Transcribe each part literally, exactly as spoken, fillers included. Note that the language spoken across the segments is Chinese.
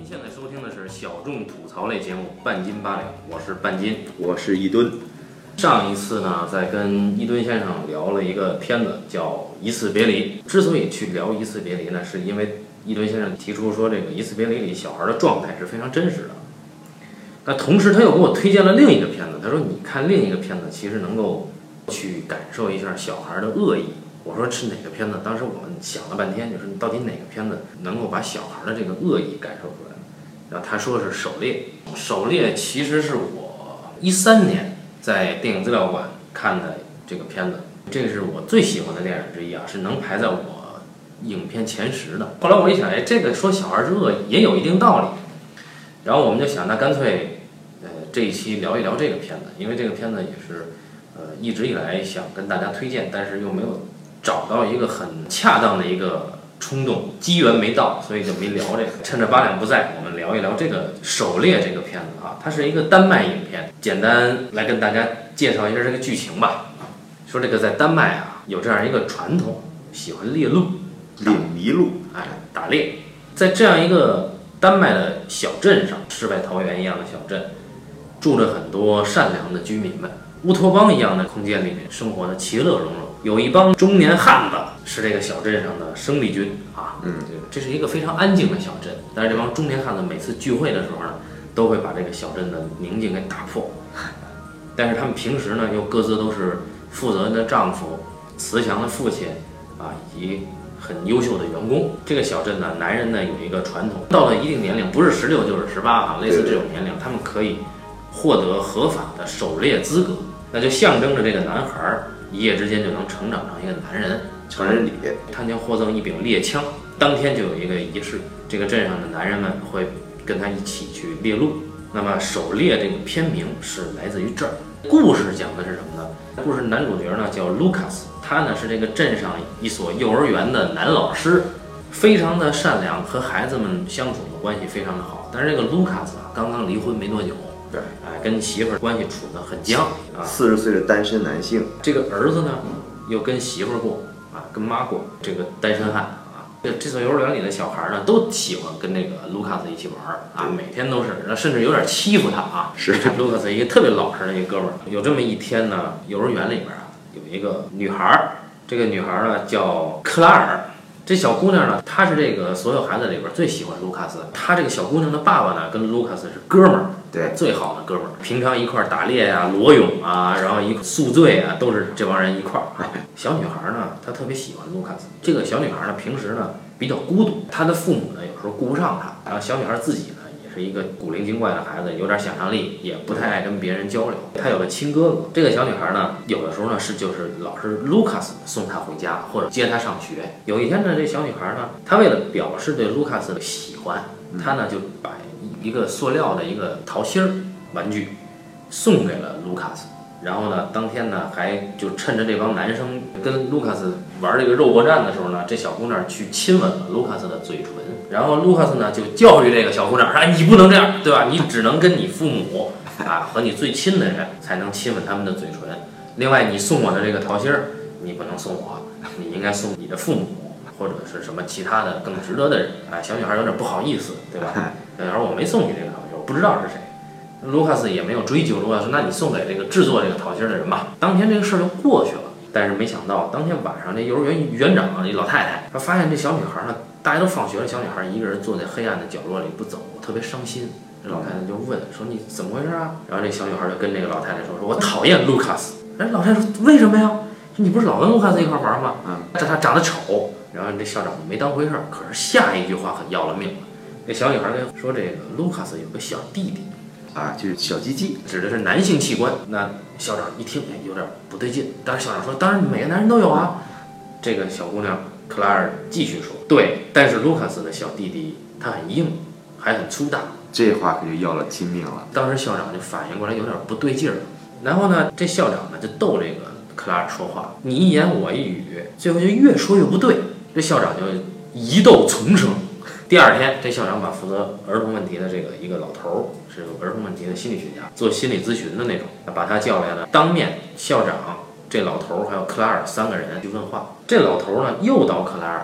现在收听的是小众吐槽类节目《半斤八两》，我是半斤， 我是一吨。 上一次呢，在跟一吨先生聊了一个片子，叫《一次别离》。之所以去聊《一次别离》呢，是因为一吨先生提出说，这个《一次别离》里小孩的状态是非常真实的。那同时，他又给我推荐了另一个片子，他说：“你看另一个片子，其实能够去感受一下小孩的恶意。”我说是哪个片子？当时我们想了半天，就是到底哪个片子能够把小孩的这个恶意感受出来？然后他说是《狩猎》。《狩猎》其实是我一三年在电影资料馆看的这个片子，这个是我最喜欢的电影之一啊，是能排在我影片前十的。后来我一想，哎，这个说小孩是恶意也有一定道理。然后我们就想，那干脆呃这一期聊一聊这个片子，因为这个片子也是呃一直以来想跟大家推荐，但是又没有找到一个很恰当的一个冲动，机缘没到，所以就没聊这个。趁着八两不在，我们聊一聊这个《狩猎》这个片子啊，它是一个丹麦影片。简单来跟大家介绍一下这个剧情吧。说这个在丹麦啊有这样一个传统，喜欢猎鹿、 猎麋鹿， 哎，打猎。在这样一个丹麦的小镇上，世外桃源一样的小镇，住着很多善良的居民们。乌托邦一样的空间里面生活的其乐融融，有一帮中年汉子是这个小镇上的生力军啊， 嗯， 这是一个非常安静的小镇，但是这帮中年汉子每次聚会的时候呢，都会把这个小镇的宁静给打破。但是他们平时呢，又各自都是负责任的丈夫、慈祥的父亲啊，以及很优秀的员工。这个小镇呢，男人呢有一个传统，到了一定年龄，不是十六就是十八啊，类似这种年龄，他们可以获得合法的狩猎资格。那就象征着这个男孩一夜之间就能成长成一个男人， 成人礼。 他将获赠一柄猎枪，当天就有一个仪式，这个镇上的男人们会跟他一起去猎鹿。那么《狩猎》这个片名是来自于这儿。故事讲的是什么呢？故事男主角呢叫卢卡斯，他呢是这个镇上一所幼儿园的男老师，非常的善良，和孩子们相处的关系非常的好。但是这个卢卡斯啊，刚刚离婚没多久。 对， 哎，跟媳妇儿关系处得很僵啊。 四十岁的单身男性， 这个儿子呢，又跟媳妇儿过啊，跟妈过，这个单身汉啊。这这所幼儿园里的小孩呢，都喜欢跟那个卢卡斯一起玩啊，每天都是，甚至有点欺负他啊。 是， 卢卡斯一个特别老实的一个哥们儿。有这么一天呢，幼儿园里边啊，有一个女孩，这个女孩呢叫克拉尔。这小姑娘呢，她是这个所有孩子里边最喜欢卢卡斯。她这个小姑娘的爸爸呢，跟卢卡斯是哥们儿， 对， 最好的哥们儿。平常一块儿打猎呀、啊、裸泳啊，然后一宿醉啊，都是这帮人一块儿。小女孩呢，她特别喜欢卢卡斯。这个小女孩呢，平时呢比较孤独，她的父母呢有时候顾不上她，然后小女孩自己呢也是一个古灵精怪的孩子，有点想象力，也不太爱跟别人交流。她有个亲哥哥。这个小女孩呢，有的时候呢是就是老是卢卡斯送她回家或者接她上学。有一天呢，这小女孩呢，她为了表示对卢卡斯的喜欢，她呢就把一个塑料的一个桃心儿玩具送给了卢卡斯。然后呢，当天呢还就趁着这帮男生跟卢卡斯玩这个肉搏战的时候呢，这小姑娘去亲吻了卢卡斯的嘴唇。然后卢卡斯呢就教育这个小姑娘说：“哎，你不能这样，对吧？你只能跟你父母啊和你最亲的人才能亲吻他们的嘴唇。另外，你送我的这个桃心儿，你不能送我，你应该送你的父母或者是什么其他的更值得的人。”哎，小女孩有点不好意思，对吧？小女孩我没送你这个桃心，我不知道是谁。卢卡斯也没有追究，卢卡斯说：“那你送给这个制作这个桃心的人吧。”当天这个事儿就过去了。但是没想到，当天晚上这幼儿园园长一老太太，她发现这小女孩呢，大家都放学了，小女孩一个人坐在黑暗的角落里不走，特别伤心。这老太太就问说：“你怎么回事啊？”然后这小女孩就跟这个老太太说：“说我讨厌卢卡斯。”哎，老太太说：“为什么呀？你不是老跟卢卡斯一块玩吗？嗯，这他长得丑。”然后这校长没当回事儿。可是下一句话可要了命了。这小女孩说：“这个卢卡斯有个小弟弟。” 啊，就是小鸡鸡， 指的是男性器官。那校长一听，哎，有点不对劲。但是校长说：“当然，每个男人都有啊。”这个小姑娘克拉尔继续说：“对，但是卢卡斯的小弟弟他很硬，还很粗大。” 这话可就要了亲命了。 当时校长就反应过来，有点不对劲儿。然后呢，这校长呢就逗这个克拉尔说话，你一言我一语，最后就越说越不对。这校长就疑窦丛生。第二天，这校长把负责儿童问题的这个一个老头儿，是个儿童问题的心理学家，做心理咨询的那种，把他叫来了，当面校长、这老头儿还有克拉尔三个人去问话。这老头儿呢，又到克拉尔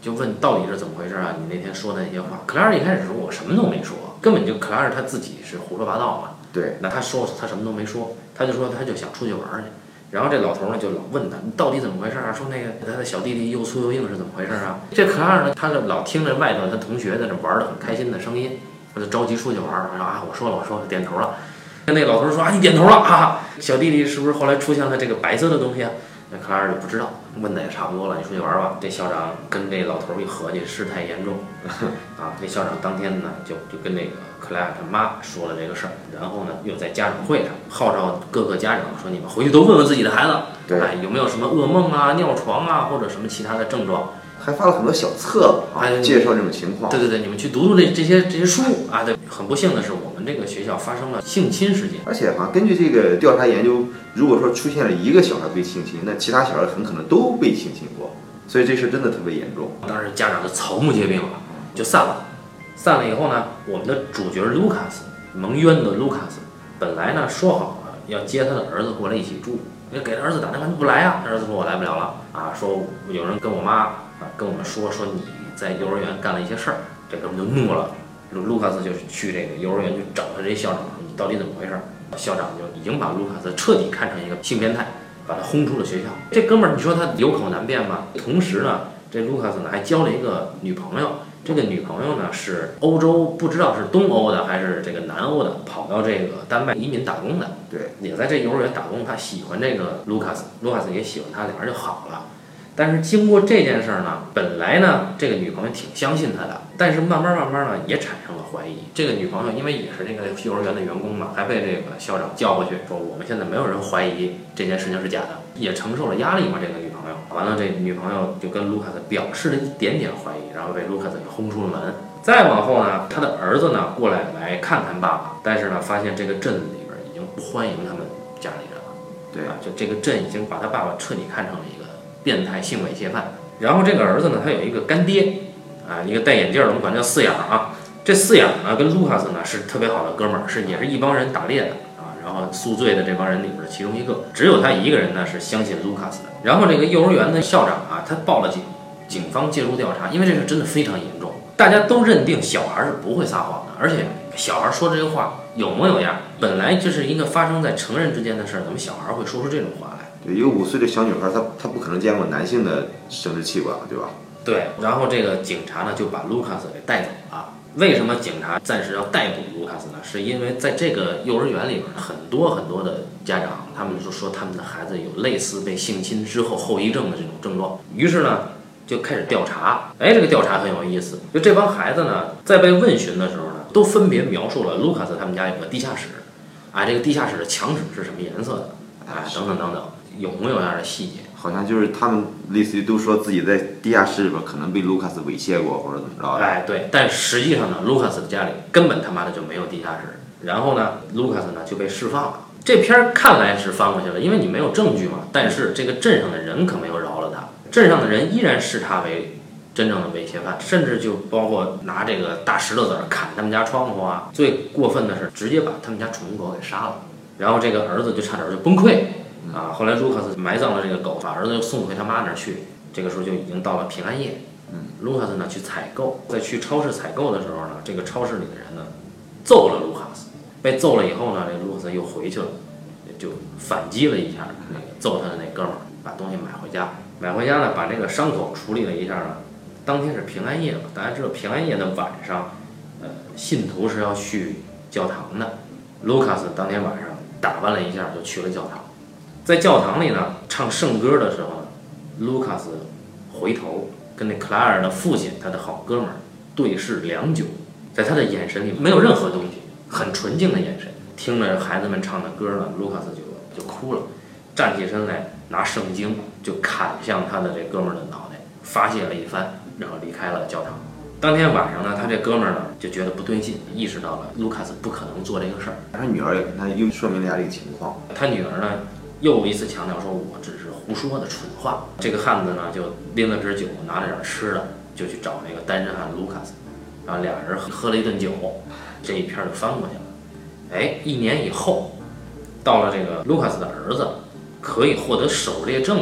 就问到底是怎么回事啊？你那天说的那些话，克莱尔一开始说我什么都没说，根本就克莱尔他自己是胡说八道嘛。 对， 那他说他什么都没说，他就说他就想出去玩去。然后这老头呢就老问他，你到底怎么回事啊？说那个他的小弟弟又粗又硬是怎么回事啊？这克莱尔呢，他就老听着外头他同学在那玩的很开心的声音，他就着急出去玩了。说啊，我说了，我说了，点头了。跟那老头说啊，你点头了啊？小弟弟是不是后来出现了这个白色的东西啊？那克莱尔就不知道，问的也差不多了，你出去玩吧。这校长跟这老头一合计，事态严重啊！这校长当天呢就就跟那个克莱尔他妈说了这个事儿，然后呢又在家长会上号召各个家长说，你们回去都问问自己的孩子， 对， 哎，有没有什么噩梦啊、尿床啊或者什么其他的症状。 还发了很多小册子啊，介绍这种情况。 对对对，你们去读读这这些这些书啊。对，很不幸的是，我们这个学校发生了性侵事件， 而且好像根据这个调查研究，如果说出现了一个小孩被性侵，那其他小孩很可能都被性侵过，所以这事真的特别严重。 当时家长就草木皆兵了，就散了。散了以后呢，我们的主角卢卡斯，蒙冤的卢卡斯，本来呢说好了要接他的儿子过来一起住，给他儿子打电话，你不来啊？儿子说我来不了了啊，说有人跟我妈。跟我们说说你在幼儿园干了一些事儿，这哥们就怒了。卢卡斯就去这个幼儿园去找他这校长，你到底怎么回事？校长就已经把卢卡斯彻底看成一个性变态，把他轰出了学校。这哥们儿，你说他有口难辩吗？同时呢，这卢卡斯呢还交了一个女朋友，这个女朋友呢是欧洲，不知道是东欧的还是这个南欧的，跑到这个丹麦移民打工的， 对， 也在这幼儿园打工。他喜欢这个卢卡斯，卢卡斯也喜欢他，俩人就好了。但是经过这件事儿呢，本来呢这个女朋友挺相信他的，但是慢慢慢慢呢也产生了怀疑。这个女朋友因为也是这个幼儿园的员工嘛，还被这个校长叫过去说，我们现在没有人怀疑这件事情是假的，也承受了压力嘛。这个女朋友完了，这女朋友就跟卢卡斯表示了一点点怀疑，然后被卢卡斯给轰出了门。再往后呢，他的儿子呢过来来看看爸爸，但是呢发现这个镇里边已经不欢迎他们家里人了。 对啊，就这个镇已经把他爸爸彻底看成了一个变态性猥亵犯。然后这个儿子呢，他有一个干爹，啊，一个戴眼镜的，我们管叫四眼啊。这四眼呢，跟卢卡斯呢是特别好的哥们儿，是也是一帮人打猎的啊。然后宿醉的这帮人里边的其中一个，只有他一个人呢是相信卢卡斯的。然后这个幼儿园的校长啊，他报了警，警方介入调查，因为这事真的非常严重，大家都认定小孩是不会撒谎的，而且小孩说这个话有模有样，本来就是一个发生在成人之间的事儿，怎么小孩会说出这种话来？ 对，一个五岁的小女孩，她她不可能见过男性的生殖器官，对吧？ 对，然后这个警察呢就把卢卡斯给带走了。为什么警察暂时要逮捕卢卡斯呢？是因为在这个幼儿园里边，很多很多的家长，他们就说他们的孩子有类似被性侵之后后遗症的这种症状，于是呢就开始调查。哎，这个调查很有意思，就这帮孩子呢在被问询的时候呢，都分别描述了卢卡斯他们家有个地下室，啊，这个地下室的墙纸是什么颜色的，哎，等等等等，有模有样的细节。 好像就是他们类似于都说自己在地下室里边可能被卢卡斯猥亵过或者怎么着的。 哎，对，但实际上呢，卢卡斯的家里根本他妈的就没有地下室。然后呢，卢卡斯呢就被释放了。这片儿看来是放过去了，因为你没有证据嘛。但是这个镇上的人可没有饶了他，镇上的人依然视他为真正的猥亵犯，甚至就包括拿这个大石头子砍他们家窗户啊。最过分的是直接把他们家宠物狗给杀了。然后这个儿子就差点就崩溃。啊，后来卢卡斯埋葬了这个狗，把儿子又送回他妈那儿去。这个时候就已经到了平安夜。 嗯， 卢卡斯呢去采购，在去超市采购的时候呢，这个超市里的人呢揍了卢卡斯。被揍了以后呢，这卢卡斯又回去了，就反击了一下那个揍他的那哥们儿，把东西买回家。买回家呢，把这个伤口处理了一下呢。当天是平安夜嘛，大家知道平安夜的晚上，呃，信徒是要去教堂的。卢卡斯当天晚上打扮了一下，就去了教堂。在教堂里呢，唱圣歌的时候呢，卢卡斯回头跟那克莱尔的父亲，他的好哥们儿对视良久，在他的眼神里没有任何东西，很纯净的眼神。听着孩子们唱的歌呢，卢卡斯就就哭了，站起身来拿圣经就砍向他的这哥们儿的脑袋，发泄了一番，然后离开了教堂。当天晚上呢，他这哥们儿呢就觉得不对劲，意识到了卢卡斯不可能做这个事儿。 他女儿也跟他又说明了下这个情况。 他女儿呢又一次强调说，我只是胡说的蠢话。这个汉子呢就拎了支酒，拿了点吃的，就去找那个单身汉卢卡斯，然后俩人喝了一顿酒，这一片就翻过去了。哎，一年以后，到了这个卢卡斯的儿子可以获得狩猎证的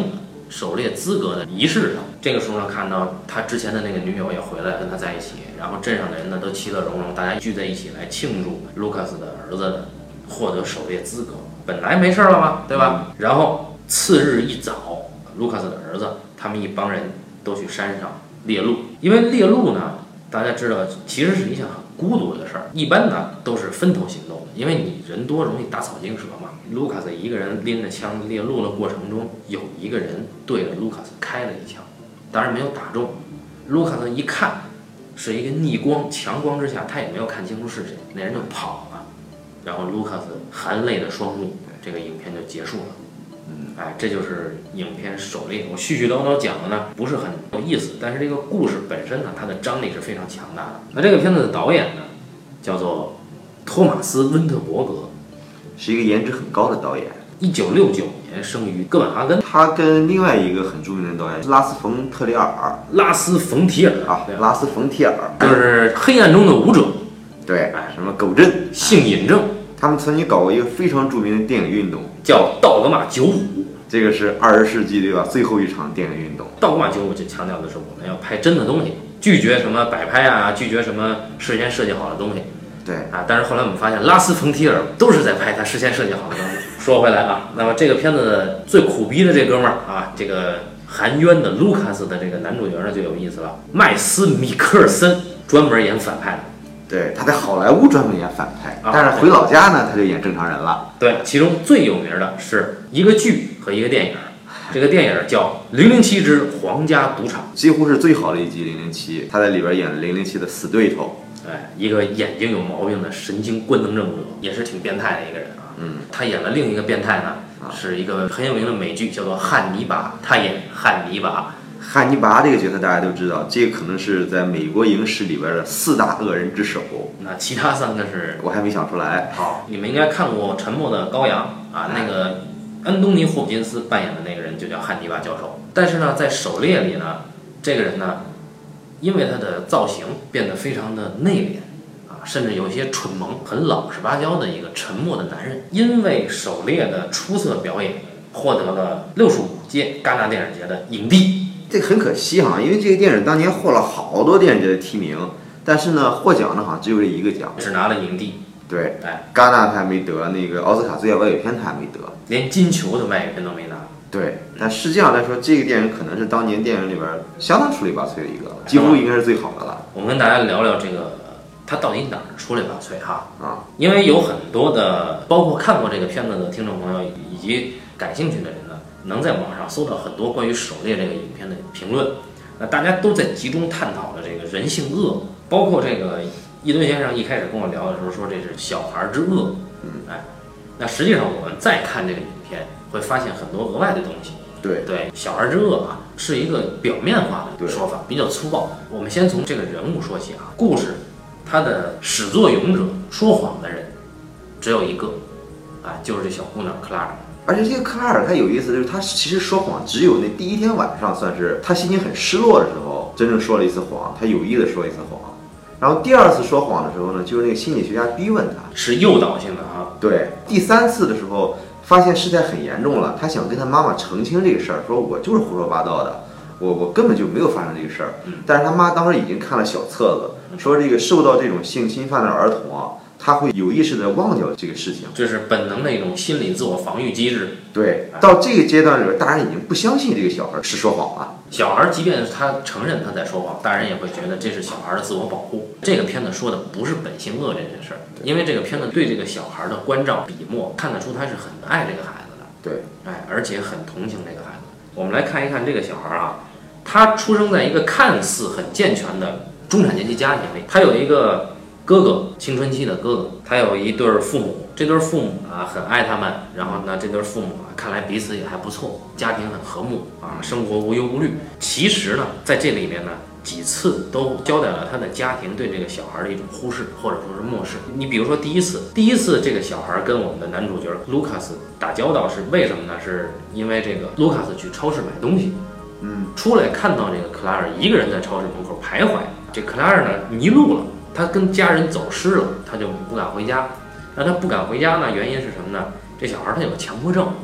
狩猎资格的仪式上。这个书上看到他之前的那个女友也回来跟他在一起，然后镇上的人呢都其乐融融，大家聚在一起来庆祝卢卡斯的儿子的获得狩猎资格。本来没事了嘛，对吧？然后次日一早，卢卡斯的儿子他们一帮人都去山上猎鹿，因为猎鹿呢，大家知道其实是一项很孤独的事儿，一般呢都是分头行动的，因为你人多容易打草惊蛇嘛。卢卡斯一个人拎着枪猎鹿的过程中，有一个人对着卢卡斯开了一枪，当然没有打中。卢卡斯一看是一个逆光强光之下，他也没有看清楚是谁，那人就跑了。然后卢卡斯含泪的双目，这个影片就结束了。嗯，哎，这就是影片《狩猎》。我絮絮叨叨讲的呢，不是很有意思，但是这个故事本身呢，它的张力是非常强大的。那这个片子的导演呢，叫做托马斯·温特伯格， 是一个颜值很高的导演。 一九六九年生于哥本哈根。 他跟另外一个很著名的导演拉斯冯特里尔， 拉斯冯提尔啊，拉斯冯提尔就是《黑暗中的舞者》。 对，哎，什么狗镇、 性瘾症。 他们曾经搞过一个非常著名的电影运动， 叫道格玛九五。 这个是二十世纪对吧？最后一场电影运动。 道格玛九五就强调的是我们要拍真的东西，拒绝什么摆拍啊，拒绝什么事先设计好的东西。 对啊，但是后来我们发现拉斯冯提尔都是在拍他事先设计好的东西。说回来啊，那么这个片子的最苦逼的这哥们儿啊，这个含冤的卢卡斯的这个男主角呢就有意思了，麦斯米克尔森专门演反派的。 对，他在好莱坞专门演反派，但是回老家呢，他就演正常人了。 对，其中最有名的是一个剧和一个电影，这个电影叫《零零七之皇家赌场》， 几乎是最好的一集零零七，他在里边演了零零七的死对头， 哎，一个眼睛有毛病的神经官能症者，也是挺变态的一个人啊。嗯，他演了另一个变态呢，是一个很有名的美剧，叫做《汉尼拔》，他演汉尼拔。 汉尼拔这个角色大家都知道，这个可能是在美国影史里边的四大恶人之首。 那其他三个是？ 我还没想出来。 好，你们应该看过《沉默的羔羊》啊，那个安东尼·霍普金斯扮演的那个人就叫汉尼拔教授。但是呢，在《狩猎》里呢，这个人呢，因为他的造型变得非常的内敛啊，甚至有一些蠢萌、很老实巴交的一个沉默的男人。因为《狩猎》的出色表演，获得了六十五届戛纳电影节的影帝。 这个很可惜哈，因为这个电影当年获了好多电影节的提名，但是呢，获奖的好像只有这一个奖， 只拿了影帝。 对， 哎， 戛纳他还没得，那个奥斯卡最佳外语片他还没得， 连金球的外语片都没拿。 对，但实际上来说，这个电影可能是当年电影里边相当出类拔萃的一个，几乎应该是最好的了。 我们跟大家聊聊这个，它到底哪儿出类拔萃哈？ 啊， 因为有很多的，包括看过这个片子的听众朋友以及感兴趣的人呢，能在网上搜到很多关于《狩猎》这个影片的评论。那大家都在集中探讨了这个人性恶，包括这个伊顿先生一开始跟我聊的时候说这是小孩之恶。嗯，哎，那实际上我们再看这个影片，会发现很多额外的东西。 对对，小孩之恶啊，是一个表面化的说法，比较粗暴。我们先从这个人物说起啊，故事它的始作俑者说谎的人只有一个，啊，就是这小姑娘克拉尔。 而且这个克拉尔他有意思，就是他其实说谎只有那第一天晚上，算是他心情很失落的时候，真正说了一次谎，他有意的说了一次谎。然后第二次说谎的时候呢，就是那个心理学家逼问他， 是诱导性的啊。 对，第三次的时候发现事态很严重了，他想跟他妈妈澄清这个事儿，说我就是胡说八道的，我我根本就没有发生这个事儿。但是他妈当时已经看了小册子，说这个受到这种性侵犯的儿童啊，他会有意识的忘掉这个事情， 这是本能的一种心理自我防御机制。 对，到这个阶段里边，大人已经不相信这个小孩是说谎了。 小孩即便他承认他在说谎，大人也会觉得这是小孩的自我保护。这个片子说的不是本性恶这件事儿，因为这个片子对这个小孩的关照笔墨看得出他是很爱这个孩子的。 对， 哎，而且很同情这个孩子。我们来看一看这个小孩啊，他出生在一个看似很健全的中产阶级家庭里，他有一个哥哥，青春期的哥哥，他有一对父母，这对父母啊很爱他们，然后呢，这对父母啊看来彼此也还不错，家庭很和睦啊，生活无忧无虑。其实呢，在这里面呢，几次都交代了他的家庭对这个小孩的一种忽视或者说是漠视。你比如说第一次，第一次这个小孩跟我们的男主角卢卡斯打交道是为什么呢？是因为这个卢卡斯去超市买东西，嗯，出来看到这个克拉尔一个人在超市门口徘徊，这克拉尔呢迷路了。他跟家人走失了，他就不敢回家。那他不敢回家呢，原因是什么呢？这小孩他有强迫症，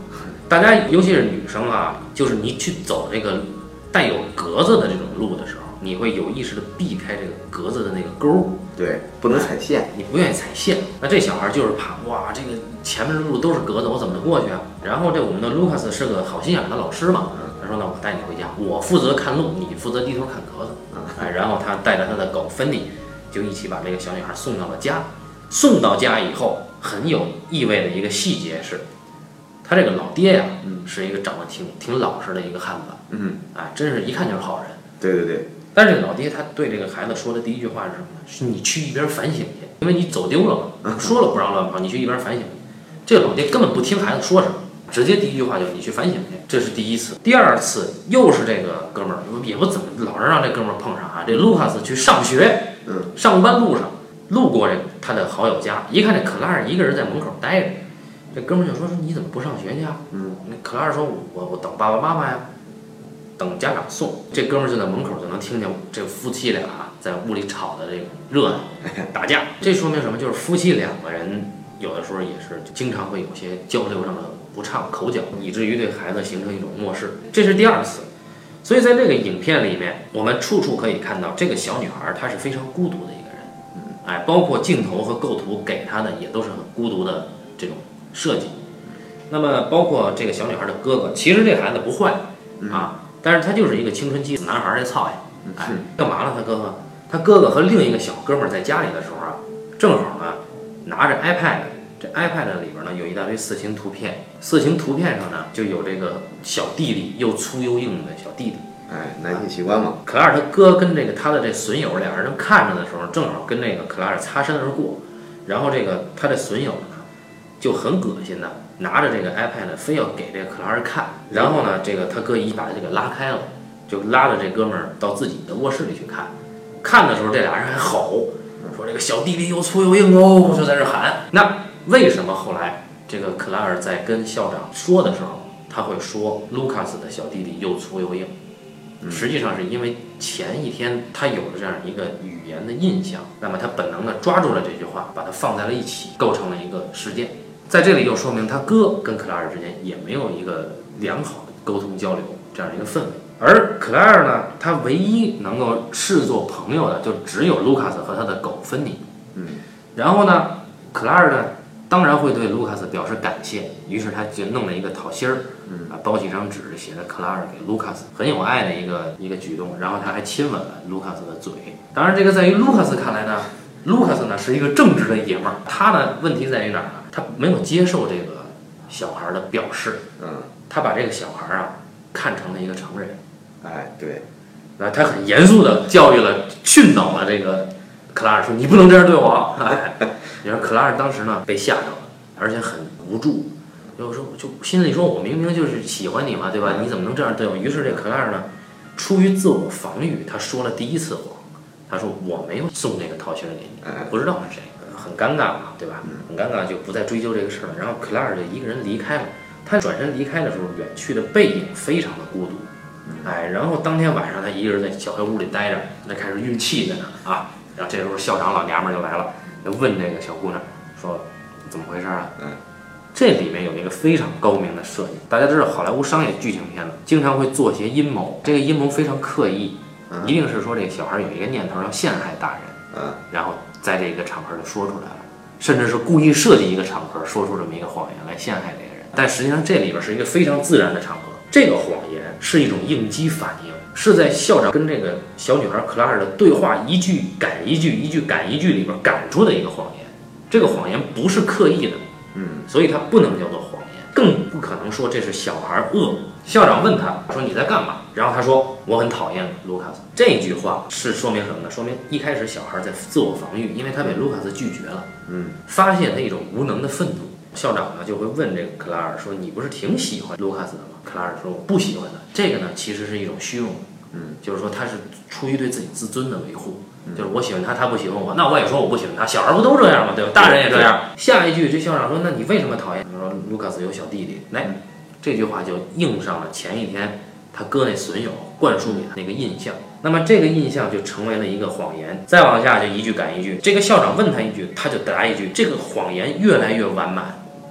大家尤其是女生啊，就是你去走这个带有格子的这种路的时候，你会有意识的避开这个格子的那个沟， 对，不能踩线， 你不愿意踩线。那这小孩就是怕，哇，这个前面的路都是格子，我怎么过去啊？然后这我们的卢卡斯是个好心眼的老师嘛，他说那我带你回家，我负责看路，你负责低头看格子。哎，然后他带着他的狗芬妮，就一起把这个小女孩送到了家。送到家以后，很有意味的一个细节是，他这个老爹呀、啊，是一个长得挺挺老实的一个汉子，嗯，哎，真是一看就是好人。 对对对。 但是这个老爹他对这个孩子说的第一句话是什么呢？是你去一边反省去，因为你走丢了嘛，说了不让乱跑，你去一边反省去。这个老爹根本不听孩子说什么，直接第一句话就是你去反省去，这是第一次。第二次又是这个哥们儿，也不怎么老是让这哥们儿碰上啊。这卢卡斯去上学，上班路上路过这他的好友家，一看这可拉尔一个人在门口待着，这哥们儿就说说你怎么不上学去啊？嗯，那可拉尔说我我等爸爸妈妈呀。等家长送，这哥们儿就在门口就能听见这夫妻俩在屋里吵的这个热闹，打架。这说明什么？就是夫妻两个人有的时候也是经常会有些交流上的不畅口角，以至于对孩子形成一种漠视。这是第二次。所以在这个影片里面，我们处处可以看到这个小女孩她是非常孤独的一个人，哎，包括镜头和构图给她的也都是很孤独的这种设计。那么包括这个小女孩的哥哥，其实这孩子不坏啊。但是他就是一个青春期死男孩儿，这操呀！哎，干嘛了？他哥哥，他哥哥和另一个小哥们儿在家里的时候啊，正好呢拿着 iPad， 这 iPad 里边呢有一大堆色情图片，色情图片上呢就有这个小弟弟又粗又硬的小弟弟。 哎，男性器官嘛。 可拉尔他哥跟这个他的这损友俩人看着的时候，正好跟这个可拉尔擦身而过，然后这个他的损友呢就很恶心的。拿着这个 iPad 非要给这个克拉尔看，然后呢，这个他哥一把就给拉开了，就拉着这哥们儿到自己的卧室里去看。看的时候，这俩人还吼，说这个小弟弟又粗又硬哦，就在这喊。那为什么后来这个克拉尔在跟校长说的时候，他会说卢卡斯的小弟弟又粗又硬？实际上是因为前一天他有了这样一个语言的印象，那么他本能的抓住了这句话，把它放在了一起，构成了一个事件。在这里又说明他哥跟克拉尔之间也没有一个良好的沟通交流这样一个氛围，而克拉尔呢，他唯一能够视作朋友的就只有卢卡斯和他的狗芬妮。嗯，然后呢，克拉尔呢当然会对卢卡斯表示感谢，于是他就弄了一个桃心儿，啊，包几张纸写着克拉尔给卢卡斯，很有爱的一个一个举动，然后他还亲吻了卢卡斯的嘴。当然，这个在于卢卡斯看来呢，卢卡斯呢是一个正直的爷们儿，他的问题在于哪儿呢？他没有接受这个小孩的表示，嗯，他把这个小孩啊看成了一个成人， 哎，对， 那他很严肃的教育了、训导了这个克拉尔，说你不能这样对我。哎，你说克拉尔当时呢被吓着了，而且很无助，有时候就心里说我明明就是喜欢你嘛，对吧？你怎么能这样对我？于是这克拉尔呢，出于自我防御，他说了第一次谎，他说我没有送那个桃心给你，我不知道是谁。很尴尬嘛，对吧？很尴尬，就不再追究这个事儿了。然后克拉尔就一个人离开了。他转身离开的时候，远去的背影非常的孤独。哎，然后当天晚上他一个人在小黑屋里待着，那开始运气在那啊。然后这时候校长老娘们就来了，就问这个小姑娘说怎么回事啊？嗯，这里面有一个非常高明的设计。大家知道好莱坞商业剧情片呢，经常会做些阴谋，这个阴谋非常刻意，一定是说这个小孩有一个念头要陷害大人。嗯，然后在这个场合就说出来了，甚至是故意设计一个场合说出这么一个谎言来陷害这个人。但实际上这里边是一个非常自然的场合，这个谎言是一种应激反应，是在校长跟这个小女孩克拉尔的对话一句赶一句，一句赶一句里边赶出的一个谎言。这个谎言不是刻意的，嗯，所以它不能叫做谎言，更不可能说这是小孩恶。校长问他说你在干嘛？然后他说我很讨厌卢卡斯。这句话是说明什么呢？说明一开始小孩在自我防御，因为他被卢卡斯拒绝了，嗯，发泄他一种无能的愤怒。校长呢就会问这个克拉尔说你不是挺喜欢卢卡斯的吗？克拉尔说我不喜欢他。这个呢其实是一种虚荣，嗯，就是说他是出于对自己自尊的维护，就是我喜欢他，他不喜欢我，那我也说我不喜欢他。小孩不都这样吗？对吧？大人也这样。下一句这校长说那你为什么讨厌？他说卢卡斯有小弟弟。来，这句话就应上了前一天他哥那损友灌输给他那个印象，那么这个印象就成为了一个谎言。再往下就一句赶一句，这个校长问他一句，他就答一句，这个谎言越来越完满，最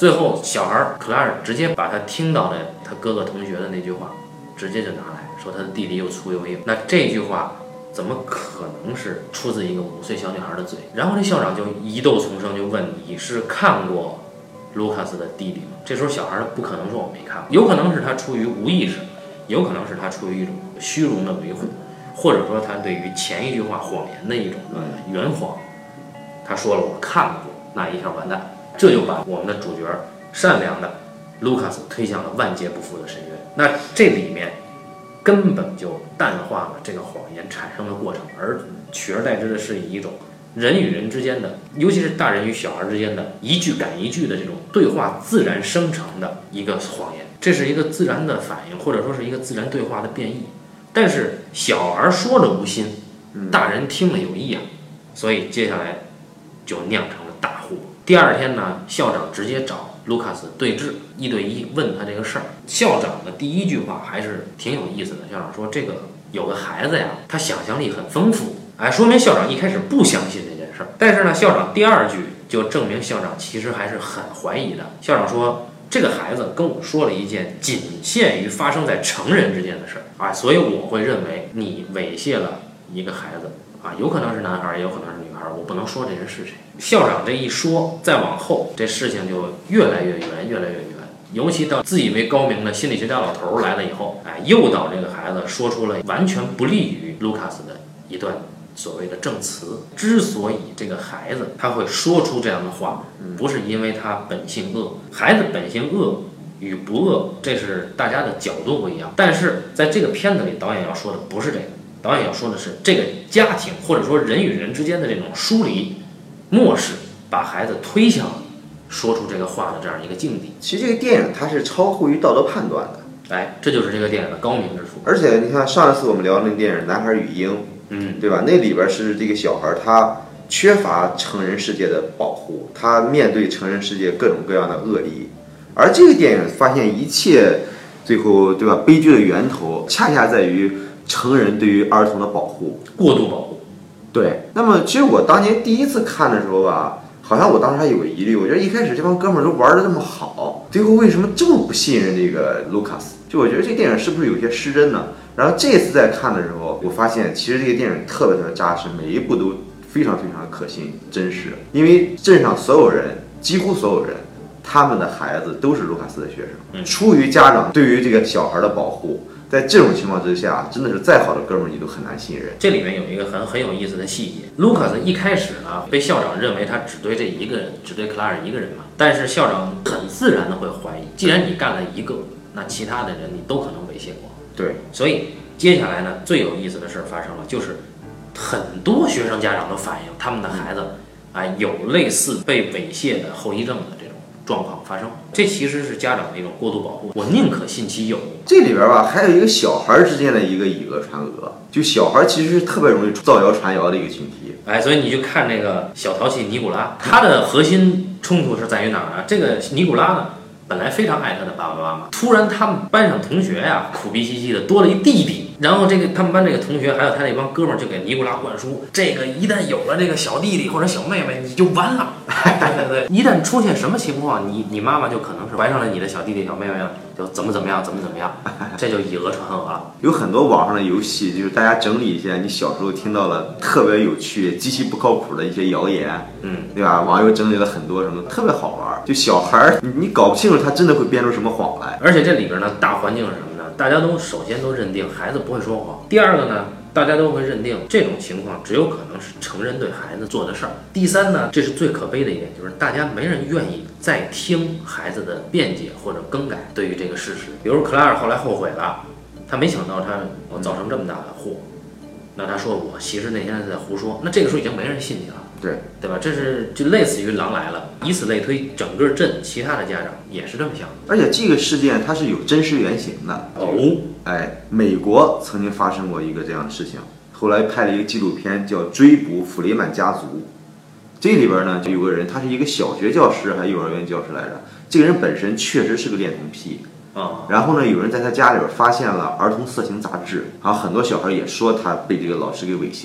最后小孩克拉尔直接把他听到的他哥哥同学的那句话，直接就拿来说他的弟弟又粗又硬。那这句话怎么可能是出自一个五岁小女孩的嘴？然后这校长就疑窦丛生，就问你是看过卢卡斯的弟弟吗？这时候小孩不可能说我没看过，有可能是他出于无意识，有可能是他出于一种虚荣的维护，或者说他对于前一句话谎言的一种圆谎。他说了我看过，那一下完蛋，这就把我们的主角善良的卢卡斯推向了万劫不复的深渊。那这里面根本就淡化了这个谎言产生的过程，而取而代之的是以一种人与人之间的，尤其是大人与小孩之间的一句赶一句的这种对话自然生成的一个谎言。这是一个自然的反应，或者说是一个自然对话的变异。但是小孩说了无心，大人听了有意啊，所以接下来就酿成了大祸。第二天呢，校长直接找卢卡斯对峙，一对一问他这个事儿。校长的第一句话还是挺有意思的，校长说这个有个孩子呀，他想象力很丰富。哎，说明校长一开始不相信这件事儿，但是呢，校长第二句就证明校长其实还是很怀疑的。校长说，这个孩子跟我说了一件仅限于发生在成人之间的事儿啊，所以我会认为你猥亵了一个孩子啊，有可能是男孩，也有可能是女孩，我不能说这人是谁。校长这一说，再往后这事情就越来越远，越来越远。尤其到自以为高明的心理学家老头来了以后，哎，诱导这个孩子说出了完全不利于卢卡斯的一段所谓的证词。之所以这个孩子他会说出这样的话，不是因为他本性恶，孩子本性恶与不恶，这是大家的角度不一样。但是在这个片子里，导演要说的不是这个，导演要说的是这个家庭或者说人与人之间的这种疏离、漠视，把孩子推向了说出这个话的这样一个境地。 其实这个电影它是超乎于道德判断的， 哎，这就是这个电影的高明之处。 而且你看上一次我们聊的那个电影《男孩与鹰》， 嗯， 对吧？那里边是这个小孩他缺乏成人世界的保护，他面对成人世界各种各样的恶意。而这个电影发现一切最后，对吧？悲剧的源头恰恰在于成人对于儿童的保护， 过度保护。 对。那么其实我当年第一次看的时候吧，好像我当时还有个疑虑，我觉得一开始这帮哥们儿都玩的这么好，最后为什么这么不信任这个卢卡斯？就我觉得这个电影是不是有些失真呢？然后这次再看的时候，我发现其实这个电影特别特别扎实，每一部都非常非常可信真实。因为镇上所有人，几乎所有人，他们的孩子都是卢卡斯的学生。出于家长对于这个小孩的保护，在这种情况之下，真的是再好的哥们儿你都很难信任。 这里面有一个很很有意思的细节，卢卡斯一开始呢被校长认为他只对这一个人，只对克拉尔一个人嘛，但是校长很自然的会怀疑，既然你干了一个，那其他的人你都可能猥亵过。 对， 所以接下来呢，最有意思的事儿发生了，就是很多学生家长都反映他们的孩子啊、哎、有类似被猥亵的后遗症的这种状况发生。这其实是家长的一种过度保护，我宁可信其有。 这里边吧，还有一个小孩之间的一个以讹传讹，就小孩其实是特别容易造谣传谣的一个群体。 哎，所以你就看这个小淘气尼古拉，他的核心冲突是在于哪儿呢？这个尼古拉呢，本来非常爱他的爸爸妈妈，突然他们班上同学呀、苦逼兮兮的多了一弟弟，然后这个他们班这个同学还有他那帮哥们儿就给尼古拉灌输，这个一旦有了这个小弟弟或者小妹妹，你就完了。对对对，一旦出现什么情况，你你妈妈就可能是怀上了你的小弟弟小妹妹了，就怎么怎么样，怎么怎么样，这就以讹传讹了。 有很多网上的游戏，就是大家整理一下你小时候听到了特别有趣、极其不靠谱的一些谣言， 嗯， 对吧？网友整理了很多什么特别好玩，就小孩儿你你搞不清楚他真的会编出什么谎来。 而且这里边呢，大环境是什么呢？大家都首先都认定孩子不会说谎，第二个呢，大家都会认定这种情况只有可能是成人对孩子做的事儿。第三呢，这是最可悲的一点，就是大家没人愿意再听孩子的辩解或者更改对于这个事实。比如克拉尔后来后悔了，他没想到他我造成这么大的祸，那他说我其实那天是在胡说，那这个时候已经没人信你了。 对对吧？这是就类似于狼来了，以此类推，整个镇其他的家长也是这么想的。 而且这个事件它是有真实原型的哦， 哎，美国曾经发生过一个这样的事情，后来拍了一个纪录片叫《追捕弗雷曼家族》。这里边呢就有个人，他是一个小学教师还是幼儿园教师来着，这个人本身确实是个恋童癖。 啊， 然后呢，有人在他家里边发现了儿童色情杂志，然后很多小孩也说他被这个老师给猥亵过。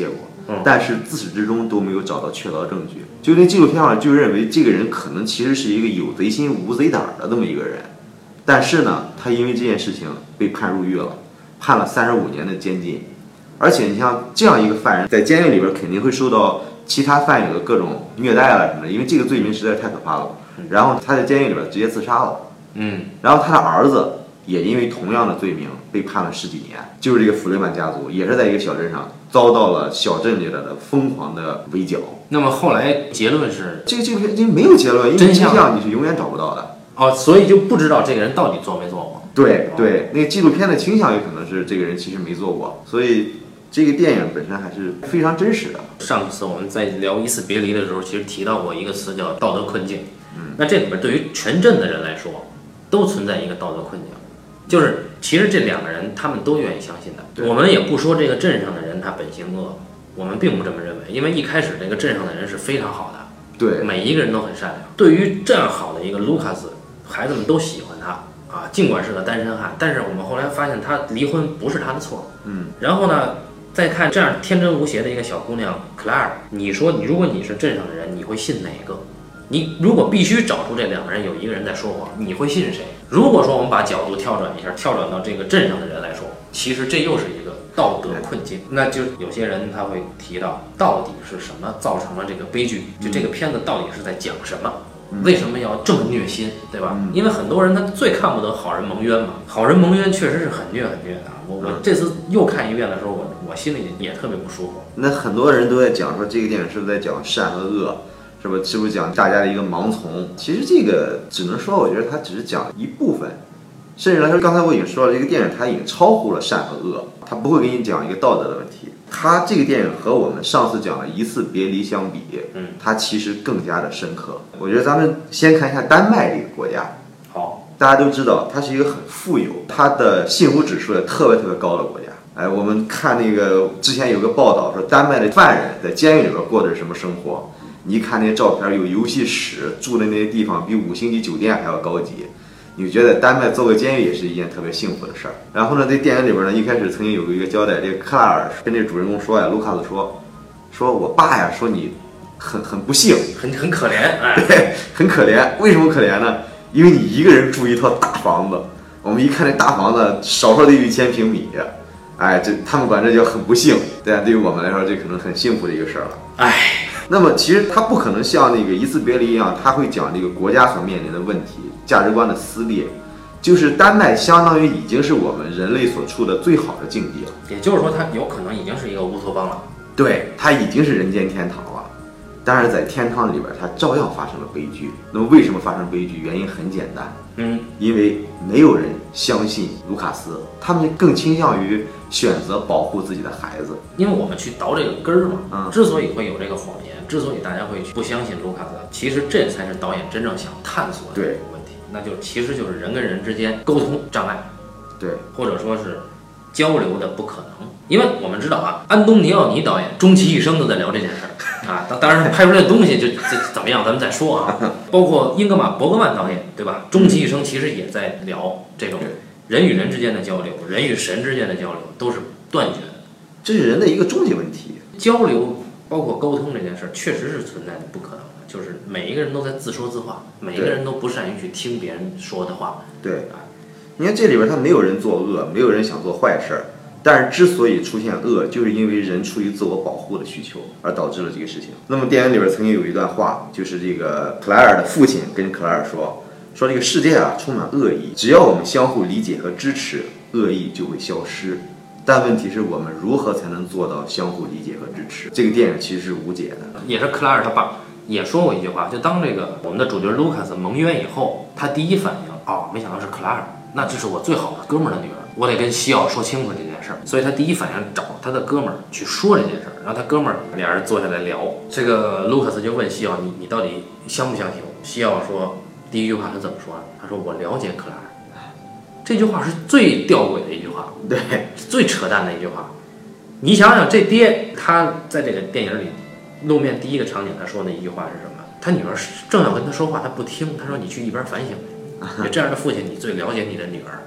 嗯， 但是自始至终都没有找到确凿证据。就那纪录片上就认为这个人可能其实是一个有贼心无贼胆的这么一个人，但是呢，他因为这件事情被判入狱了，判了三十五年的监禁。而且你像这样一个犯人，在监狱里边肯定会受到其他犯友的各种虐待了什么的，因为这个罪名实在是太可怕了。然后他在监狱里边直接自杀了。 嗯， 然后他的儿子也因为同样的罪名被判了十几年，就是这个弗雷曼家族也是在一个小镇上遭到了小镇里的疯狂的围剿。 那么后来结论是， 这个这个这没有结论，因为真相你是永远找不到的。 哦，所以就不知道这个人到底做没做过。 对对，那个纪录片的倾向有可能是这个人其实没做过，所以这个电影本身还是非常真实的。 上次我们在聊《一次别离》的时候，其实提到过一个词叫道德困境。嗯，那这里边对于全镇的人来说，都存在一个道德困境，就是其实这两个人他们都愿意相信的。我们也不说这个镇上的人他本性恶，我们并不这么认为，因为一开始这个镇上的人是非常好的， 对， 每一个人都很善良。对于这样好的一个卢卡斯，孩子们都喜欢他啊，尽管是个单身汉，但是我们后来发现他离婚不是他的错。 嗯， 然后呢，再看这样天真无邪的一个小姑娘克莱尔，你说你如果你是镇上的人，你会信哪个？你如果必须找出这两个人有一个人在说谎，你会信谁？如果说我们把角度跳转一下，跳转到这个镇上的人来说，其实这又是一个道德困境。那就有些人他会提到，到底是什么造成了这个悲剧？就这个片子到底是在讲什么？为什么要这么虐心，对吧？因为很多人他最看不得好人蒙冤嘛，好人蒙冤确实是很虐很虐的。我我这次又看一遍的时候，我我心里也特别不舒服。 那很多人都在讲说这个电影是不是在讲善和恶？是不是不是讲大家的一个盲从？其实这个只能说，我觉得它只是讲一部分，甚至来说，刚才我已经说了，这个电影它已经超乎了善和恶，它不会给你讲一个道德的问题。它这个电影和我们上次讲的一次别离相比， 嗯， 它其实更加的深刻。我觉得咱们先看一下丹麦这个国家。 好， 大家都知道，它是一个很富有，它的幸福指数也特别特别高的国家。哎，我们看那个之前有个报道说，丹麦的犯人在监狱里边过的是什么生活？你一看那些照片，有游戏室，住的那些地方比五星级酒店还要高级，你就觉得丹麦做个监狱也是一件特别幸福的事儿。然后呢，在电影里边呢，一开始曾经有过一个交代，这个克拉尔跟这主人公说呀，卢卡斯说，说我爸呀，说你很很不幸， 很很可怜，哎， 对，很可怜。为什么可怜呢？因为你一个人住一套大房子，我们一看这大房子，少说得有一千平米，哎，这他们管这叫很不幸，但对于我们来说，这可能很幸福的一个事儿了， 哎。 那么其实它不可能像那个一次别离一样，它会讲这个国家所面临的问题、价值观的撕裂。就是丹麦相当于已经是我们人类所处的最好的境地了。 也就是说，它有可能已经是一个乌托邦了。 对，它已经是人间天堂了。但是在天堂里边，它照样发生了悲剧。那么为什么发生悲剧？原因很简单， 嗯， 因为没有人相信卢卡斯，他们更倾向于选择保护自己的孩子。 因为我们去倒这个根儿嘛， 嗯， 之所以会有这个谎言，之所以大家会不相信卢卡斯，其实这才是导演真正想探索的一个问题，那就其实就是人跟人之间沟通障碍， 对， 或者说是交流的不可能。因为我们知道啊，安东尼奥尼导演终其一生都在聊这件事儿啊，当当然拍出来的东西就这怎么样，咱们再说啊。包括英格玛·伯格曼导演，对吧？终其一生其实也在聊这种人与人之间的交流，人与神之间的交流都是断绝的， 这是人的一个终极问题。 交流包括沟通这件事儿，确实是存在的不可能的，就是每一个人都在自说自话，每一个人都不善于去听别人说的话。 对，你看这里边他没有人作恶，没有人想做坏事儿。但是之所以出现恶，就是因为人出于自我保护的需求而导致了这个事情。那么电影里边曾经有一段话，就是这个克莱尔的父亲跟克莱尔说，说这个世界啊充满恶意，只要我们相互理解和支持，恶意就会消失。但问题是我们如何才能做到相互理解和支持？这个电影其实是无解的。 也是克莱尔他爸也说过一句话，就当这个我们的主角卢卡斯蒙冤以后，他第一反应哦，没想到是克莱尔，那这是我最好的哥们儿的女儿，我得跟西奥说清楚这件事儿。所以他第一反应找他的哥们儿去说这件事儿，然后他哥们儿俩人坐下来聊。这个卢卡斯就问西奥，你你到底相不相信我？西奥说第一句话他怎么说？他说我了解克莱尔。这句话是最吊诡的一句话， 对， 最扯淡的一句话。你想想，这爹他在这个电影里露面第一个场景，他说的一句话是什么？他女儿正要跟他说话，他不听，他说你去一边反省去。这样的父亲，你最了解你的女儿。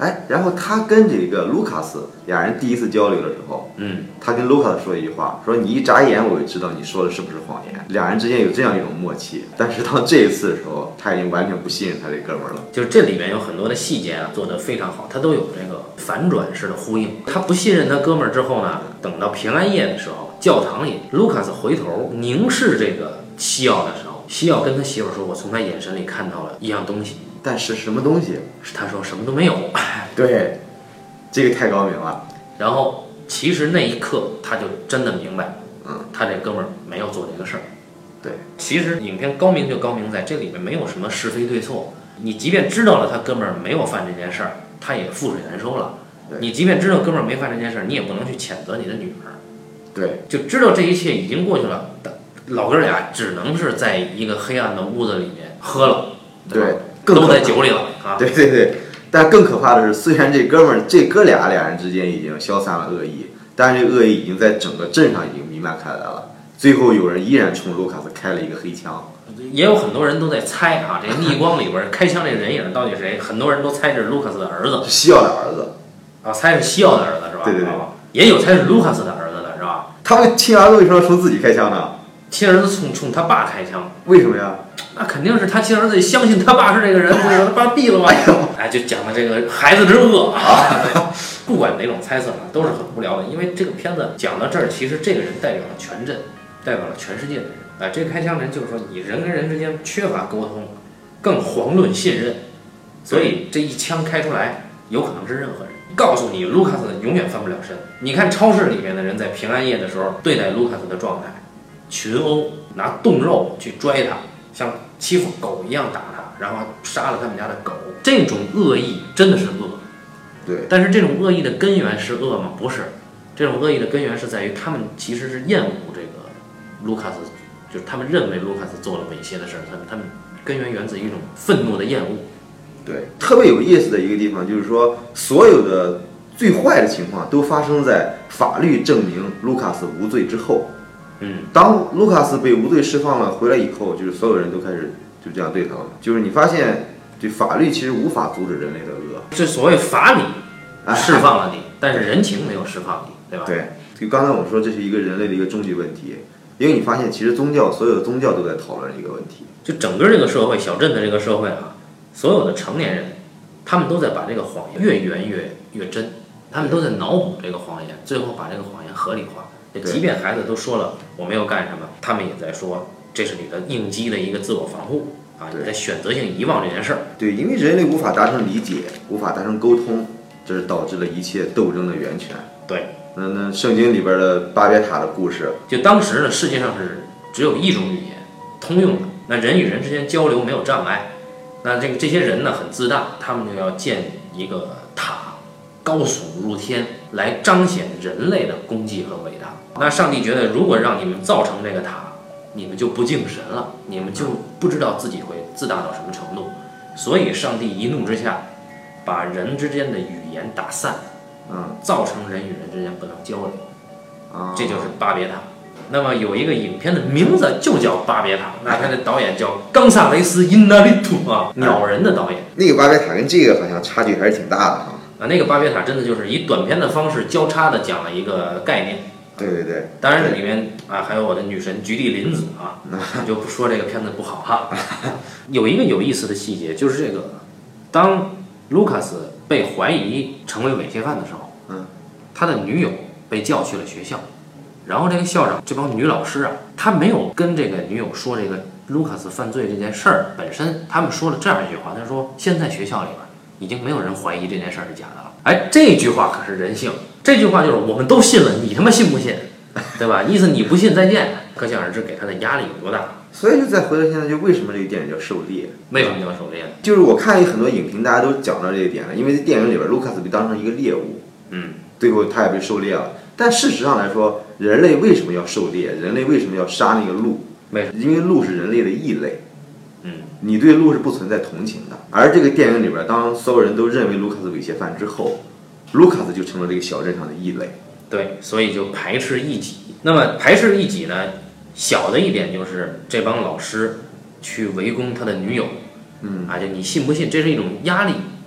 哎，然后他跟这个卢卡斯俩人第一次交流的时候， 嗯， 他跟卢卡斯说一句话，说你一眨眼我就知道你说的是不是谎言。俩人之间有这样一种默契，但是到这一次的时候，他已经完全不信任他这哥们儿了。 就是这里面有很多的细节啊，做得非常好，他都有这个反转式的呼应。他不信任他哥们儿之后呢，等到平安夜的时候，教堂里卢卡斯回头凝视这个西奥的时候，西奥跟他媳妇儿说：“我从他眼神里看到了一样东西。” 但是什么东西？ 是他说什么都没有。 对，这个太高明了。 然后其实那一刻他就真的明白， 嗯， 他这哥们儿没有做这个事儿。 对， 其实影片高明就高明在这里面没有什么是非对错。你即便知道了他哥们儿没有犯这件事儿，他也覆水难收了。你即便知道哥们儿没犯这件事儿，你也不能去谴责你的女儿。 对， 就知道这一切已经过去了，老哥俩只能是在一个黑暗的屋子里面喝了， 对， 对都在酒里了啊。 对对对，但更可怕的是，虽然这哥们儿这哥俩俩人之间已经消散了恶意，但是这恶意已经在整个镇上已经弥漫开来了。最后有人依然冲卢卡斯开了一个黑枪。 也有很多人都在猜啊，这个逆光里边开枪这人影到底是谁？很多人都猜这是卢卡斯的儿子， 是西奥的儿子啊，猜是西奥的儿子是吧？ 对对对， 啊、也有猜是卢卡斯的儿子的是吧？ 他们亲儿子为什么要冲自己开枪呢？ 亲儿子冲冲他爸开枪， 为什么呀？ 那肯定是他亲儿子相信他爸是这个人，所以他爸毙了嘛。哎，就讲的这个孩子之恶啊。不管哪种猜测啊，都是很无聊的，因为这个片子讲到这儿，其实这个人代表了全镇，代表了全世界的人。啊，这个开枪人就是说，你人跟人之间缺乏沟通，更遑论信任，所以这一枪开出来，有可能是任何人。告诉你，卢卡斯永远翻不了身。你看超市里面的人在平安夜的时候对待卢卡斯的状态，群殴，拿冻肉去拽他，像欺负狗一样打他，然后杀了他们家的狗。这种恶意真的是恶。 对。 但是这种恶意的根源是恶吗？不是，这种恶意的根源是在于他们其实是厌恶这个卢卡斯。就是他们认为卢卡斯做了猥亵的事儿，他们他们根源源自于一种愤怒的厌恶。 对，特别有意思的一个地方就是说，所有的最坏的情况都发生在法律证明卢卡斯无罪之后。 嗯， 当卢卡斯被无罪释放了回来以后，就是所有人都开始就这样对他了。就是你发现，这法律其实无法阻止人类的恶。 这所谓法理释放了你，哎、但是人情没有释放你，对吧？ 对，就刚才我们说，这是一个人类的一个终极问题。因为你发现，其实宗教所有的宗教都在讨论一个问题， 就整个这个社会，小镇的这个社会啊，所有的成年人，他们都在把这个谎言越圆越越真，他们都在脑补这个谎言，最后把这个谎言合理化。即便孩子都说了我没有干什么，他们也在说这是你的应激的一个自我防护啊，你在选择性遗忘这件事儿。 对，因为人类无法达成理解，无法达成沟通，这是导致了一切斗争的源泉。 对。 那那圣经里边的巴别塔的故事， 就当时呢，世界上是只有一种语言通用的，那人与人之间交流没有障碍。那这个这些人呢很自大，他们就要建一个塔，高耸入天，来彰显人类的功绩和伟大。那上帝觉得，如果让你们造成这个塔，你们就不敬神了，你们就不知道自己会自大到什么程度。所以上帝一怒之下，把人之间的语言打散。 嗯， 造成人与人之间不能交流， 啊， 这就是巴别塔。那么有一个影片的名字就叫巴别塔，那他的导演叫冈萨雷斯·因纳利图啊，鸟人的导演。 那个巴别塔跟这个好像差距还是挺大的哈。 啊，那个巴别塔真的就是以短片的方式交叉的讲了一个概念。 对对对， 当然这里面啊还有我的女神菊地凛子啊，就不说这个片子不好哈。有一个有意思的细节就是这个，当卢卡斯被怀疑成为猥亵犯的时候， 嗯， 他的女友被叫去了学校，然后这个校长这帮女老师啊，他没有跟这个女友说这个卢卡斯犯罪这件事儿本身，他们说了这样一句话，他说现在学校里边已经没有人怀疑这件事儿是假的了。哎，这句话可是人性，这句话就是我们都信了，你他妈信不信？对吧？意思你不信再见，可想而知给他的压力有多大。 所以就再回到现在，就为什么这个电影叫狩猎？ 为什么叫狩猎？ 就是我看很多影评，大家都讲到这一点了，因为在电影里边，卢卡斯被当成一个猎物， 嗯， 最后他也被狩猎了。但事实上来说，人类为什么要狩猎？人类为什么要杀那个鹿？ 为什么？ 因为鹿是人类的异类， 嗯， 你对鹿是不存在同情的。而这个电影里边，当所有人都认为卢卡斯猥亵犯之后，卢卡斯就成了这个小镇上的异类。 对，所以就排斥异己。那么排斥异己呢？小的一点就是这帮老师去围攻他的女友， 嗯啊，就你信不信？这是一种压力，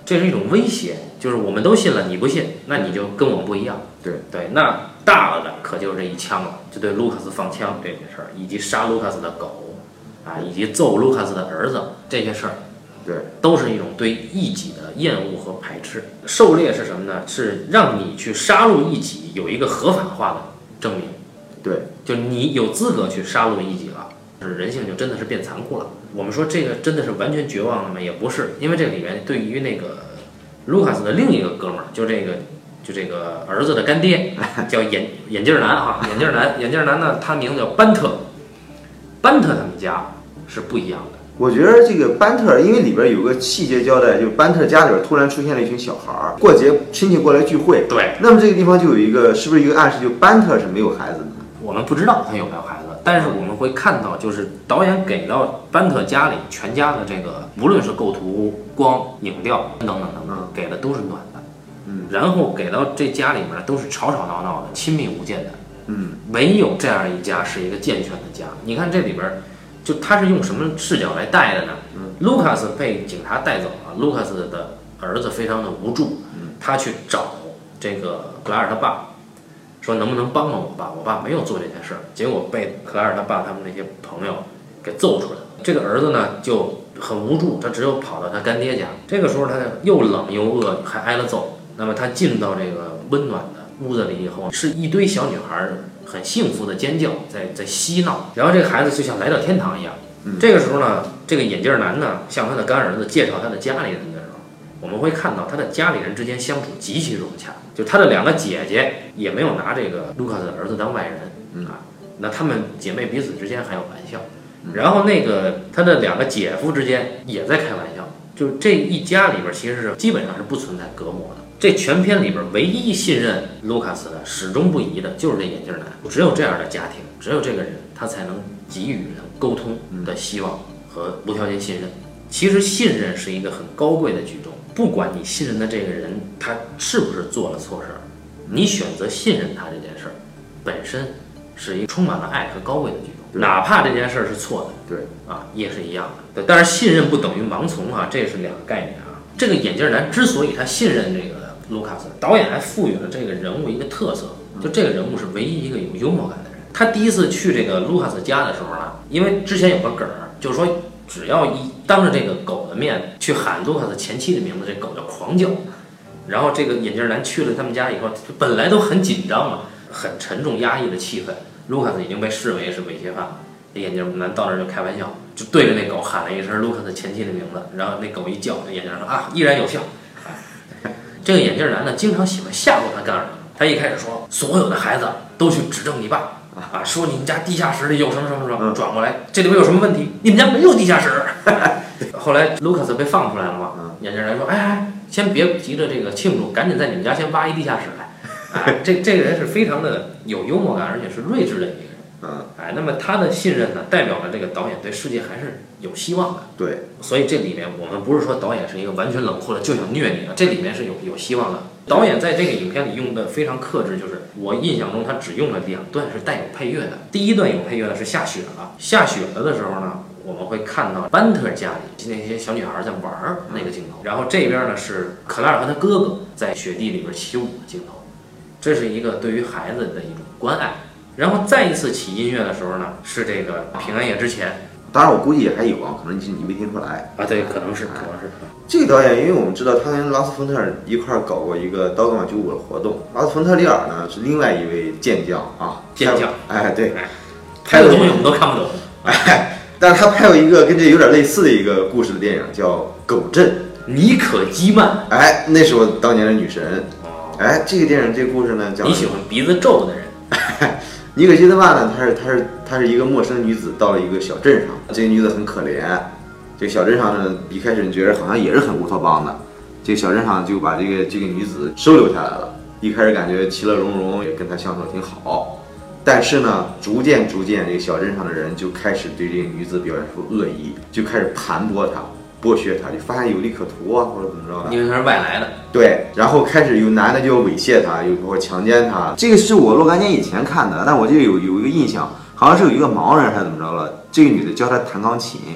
这是一种威胁，就是我们都信了，你不信，那你就跟我们不一样。 对对，那大了的可就是这一枪了，就对卢卡斯放枪这件事儿，以及杀卢卡斯的狗，啊，以及揍卢卡斯的儿子这些事儿， 对， 都是一种对异己的厌恶和排斥。狩猎是什么呢？是让你去杀戮异己有一个合法化的证明。 对， 就你有资格去杀戮异己了，是人性就真的是变残酷了。我们说这个真的是完全绝望了吗？也不是，因为这里面对于那个卢卡斯的另一个哥们儿，就这个就这个儿子的干爹，叫眼眼镜男啊，眼镜男，眼镜男呢，他名字叫班特，班特他们家是不一样的。 我觉得这个班特，因为里边有个细节交代，就是班特家里边突然出现了一群小孩儿，过节亲戚过来聚会。 对， 那么这个地方就有一个，是不是一个暗示，就班特是没有孩子的？ 我们不知道他有没有孩子，但是我们会看到，就是导演给到班特家里全家的这个，无论是构图、光、影调等等等等，给的都是暖的。 嗯， 然后给到这家里面都是吵吵闹闹的，亲密无间的。 嗯， 唯有这样一家是一个健全的家。你看这里边，就他是用什么视角来带的呢？嗯，卢卡斯被警察带走了，卢卡斯的儿子非常的无助，他去找这个克莱尔他爸，说能不能帮帮我爸？我爸没有做这件事儿，结果被克莱尔他爸他们那些朋友给揍出来了。这个儿子呢就很无助，他只有跑到他干爹家。这个时候他又冷又饿，还挨了揍。那么他进到这个温暖的屋子里以后，是一堆小女孩很幸福的尖叫，在在嬉闹，然后这个孩子就像来到天堂一样。嗯、这个时候呢，这个眼镜男呢向他的干儿子介绍他的家里人的时候，我们会看到他的家里人之间相处极其融洽，就他的两个姐姐也没有拿这个卢卡斯的儿子当外人啊，那他们姐妹彼此之间还有玩笑，然后那个他的两个姐夫之间也在开玩笑，就这一家里边其实是基本上是不存在隔膜的。这全片里边唯一信任卢卡斯的、始终不移的就是这眼镜男。只有这样的家庭，只有这个人，他才能给予人沟通的希望和无条件信任。其实信任是一个很高贵的举动，不管你信任的这个人他是不是做了错事儿，你选择信任他这件事儿，本身是一个充满了爱和高贵的举动，哪怕这件事儿是错的， 对啊，也是一样的。对，但是信任不等于盲从啊，这是两个概念啊。这个眼镜男之所以他信任这个卢卡斯，导演还赋予了这个人物一个特色，就这个人物是唯一一个有幽默感的人。他第一次去这个卢卡斯家的时候呢，因为之前有个梗儿，就是说只要一当着这个狗的面去喊卢卡斯前妻的名字，这狗就狂叫。然后这个眼镜男去了他们家以后，本来都很紧张嘛，很沉重压抑的气氛，卢卡斯已经被视为是猥亵犯。这眼镜男到那儿就开玩笑，就对着那狗喊了一声卢卡斯前妻的名字，然后那狗一叫，那眼镜男说啊，依然有效。这个眼镜男呢，经常喜欢吓唬他干儿子。他一开始说，所有的孩子都去指证你爸啊，说你们家地下室里有什么什么什么，转过来这里边有什么问题？你们家没有地下室。后来卢卡斯被放出来了嘛，眼镜男说，哎哎，先别急着这个庆祝，赶紧在你们家先挖一地下室来。哎，这这个人是非常的有幽默感，而且是睿智的一个人。 嗯， 哎，那么他的信任呢，代表了这个导演对世界还是有希望的。 对， 所以这里面我们不是说导演是一个完全冷酷的就想虐你的，这里面是有有希望的。导演在这个影片里用的非常克制，就是我印象中他只用了两段是带有配乐的。第一段有配乐的是下雪了，下雪了的时候呢，我们会看到班特家里那些小女孩在玩儿那个镜头，然后这边呢是克莱尔和他哥哥在雪地里边起舞的镜头，这是一个对于孩子的一种关爱。然后再一次起音乐的时候呢，是这个平安夜之前。 当然我估计也还有啊，可能你你没听出来啊。对，可能是，可能是。 这个导演，因为我们知道他跟拉斯冯特尔一块儿搞过一个刀戈马九五的活动。拉斯冯特利尔呢是另外一位健将啊， 健将。 哎，对， 拍的东西我们都看不懂。 哎，但是他拍过一个跟这有点类似的一个故事的电影，叫《狗镇》， 妮可基曼。 哎，那是我当年的女神。哎，这个电影这个故事呢，讲你喜欢鼻子皱的人。 妮可基德曼呢，她是她是她是一个陌生女子，到了一个小镇上。这个女子很可怜，这个小镇上呢，一开始你觉得好像也是很乌托邦的。这个小镇上就把这个这个女子收留下来了。一开始感觉其乐融融，也跟她相处挺好。但是呢，逐渐逐渐，这个小镇上的人就开始对这个女子表现出恶意，就开始盘剥她。剥削他，就发现有利可图啊，或者怎么着的， 因为他是外来的。 对，然后开始有男的就要猥亵他，有包括强奸他。这个是我若干年以前看的，但我就有有一个印象，好像是有一个盲人还是怎么着了，这个女的教他弹钢琴，